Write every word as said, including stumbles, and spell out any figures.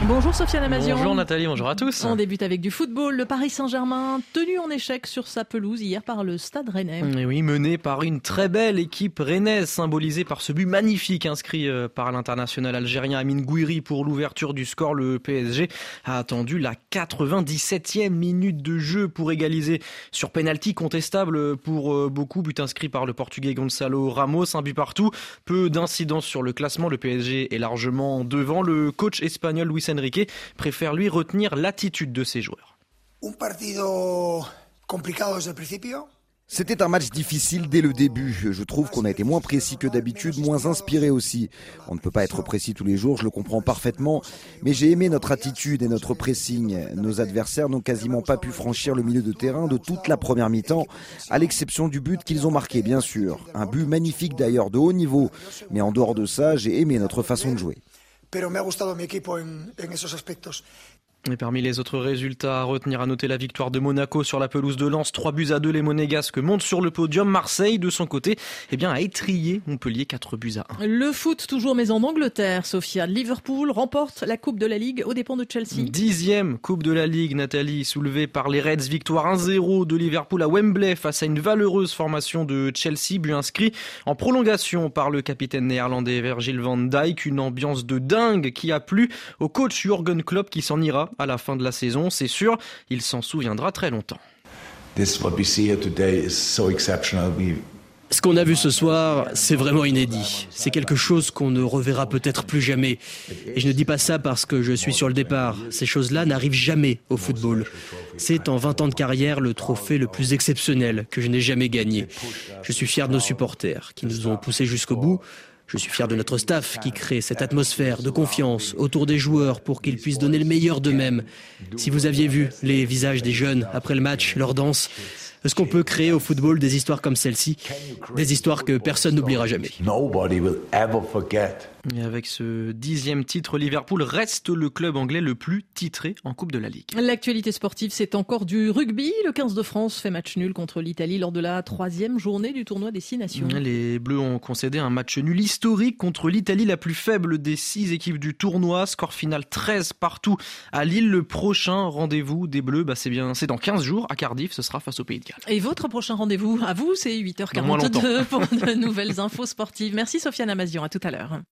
Bonjour Sofiane Amazian. Bonjour Nathalie, bonjour à tous. On débute avec du football. Le Paris Saint-Germain tenu en échec sur sa pelouse hier par le Stade Rennais. Et oui, mené par une très belle équipe rennaise, symbolisée par ce but magnifique inscrit par l'international algérien Amine Gouiri pour l'ouverture du score. Le P S G a attendu la quatre-vingt-dix-septième minute de jeu pour égaliser sur pénalty contestable pour beaucoup. But inscrit par le Portugais Gonçalo Ramos, un but partout. Peu d'incidence sur le classement. Le P S G est largement devant. Le coach espagnol Luis Enrique préfère lui retenir l'attitude de ses joueurs. Un partido complicado desde el principio. C'était un match difficile dès le début. Je trouve qu'on a été moins précis que d'habitude, moins inspiré aussi. On ne peut pas être précis tous les jours, je le comprends parfaitement. Mais j'ai aimé notre attitude et notre pressing. Nos adversaires n'ont quasiment pas pu franchir le milieu de terrain de toute la première mi-temps, à l'exception du but qu'ils ont marqué, bien sûr. Un but magnifique d'ailleurs, de haut niveau. Mais en dehors de ça, j'ai aimé notre façon de jouer. Pero me ha gustado mi equipo en, en esos aspectos. Et parmi les autres résultats à retenir, à noter la victoire de Monaco sur la pelouse de Lens, trois buts à deux. Les Monégasques montent sur le podium. Marseille, de son côté, eh bien, a étrillé Montpellier quatre buts à un. Le foot toujours, mais en Angleterre, Sofia. Liverpool remporte la Coupe de la Ligue aux dépens de Chelsea. Dixième Coupe de la Ligue, Nathalie, soulevée par les Reds. Victoire un zéro de Liverpool à Wembley face à une valeureuse formation de Chelsea. But inscrit en prolongation par le capitaine néerlandais Virgil van Dijk. Une ambiance de dingue qui a plu au coach Jürgen Klopp qui s'en ira à la fin de la saison, c'est sûr, il s'en souviendra très longtemps. This what we see here today is so exceptional. We... Ce qu'on a vu ce soir, c'est vraiment inédit. C'est quelque chose qu'on ne reverra peut-être plus jamais. Et je ne dis pas ça parce que je suis sur le départ. Ces choses-là n'arrivent jamais au football. C'est en vingt ans de carrière le trophée le plus exceptionnel que je n'ai jamais gagné. Je suis fier de nos supporters qui nous ont poussés jusqu'au bout. Je suis fier de notre staff qui crée cette atmosphère de confiance autour des joueurs pour qu'ils puissent donner le meilleur d'eux-mêmes. Si vous aviez vu les visages des jeunes après le match, leur danse, est-ce qu'on peut créer au football des histoires comme celle-ci, des histoires que personne n'oubliera jamais. Nobody will ever forget. Et avec ce dixième titre, Liverpool reste le club anglais le plus titré en Coupe de la Ligue. L'actualité sportive, c'est encore du rugby. Le quinze de France fait match nul contre l'Italie lors de la troisième journée du tournoi des Six Nations. Les Bleus ont concédé un match nul historique contre l'Italie, la plus faible des six équipes du tournoi. Score final treize partout à Lille. Le prochain rendez-vous des Bleus, bah c'est bien, c'est dans quinze jours à Cardiff. Ce sera face au Pays de Galles. Et votre prochain rendez-vous à vous, c'est huit heures quarante-deux pour de nouvelles infos sportives. Merci Sofiane Amazian, à tout à l'heure.